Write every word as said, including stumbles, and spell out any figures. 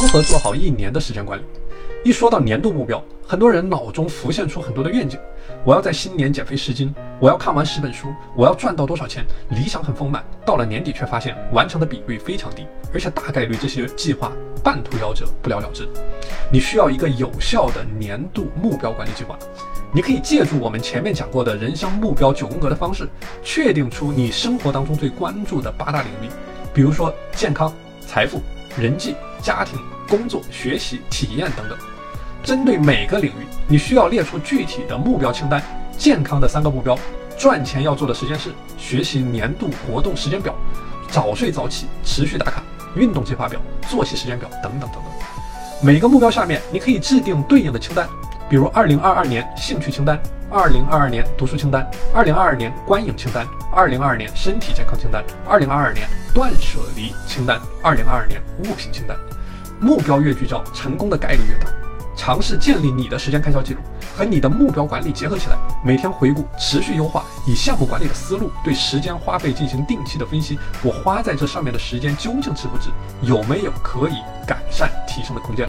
何做好一年的时间管理？一说到年度目标，很多人脑中浮现出很多的愿景。我要在新年减肥十斤，我要看完十本书，我要赚到多少钱，理想很丰满。到了年底却发现完成的比率非常低，而且大概率这些计划半途夭折，不了了之。你需要一个有效的年度目标管理计划。你可以借助我们前面讲过的人生目标九宫格的方式，确定出你生活当中最关注的八大领域，比如说健康、财富、人际、家庭、工作、学习、体验等等。针对每个领域，你需要列出具体的目标清单。健康的三个目标：赚钱要做的十件事，学习年度活动时间表，早睡早起，持续打卡，运动计划表，作息时间表等等等等。每个目标下面，你可以制定对应的清单，比如二零二二年兴趣清单、二零二二年读书清单、二零二二年观影清单、二零二二年身体健康清单、二零二二年断舍离清单、二零二二年物品清单。目标越聚焦，成功的概率越大。尝试建立你的时间开销记录，和你的目标管理结合起来，每天回顾，持续优化，以项目管理的思路对时间花费进行定期的分析。我花在这上面的时间究竟值不值？有没有可以改善提升的空间？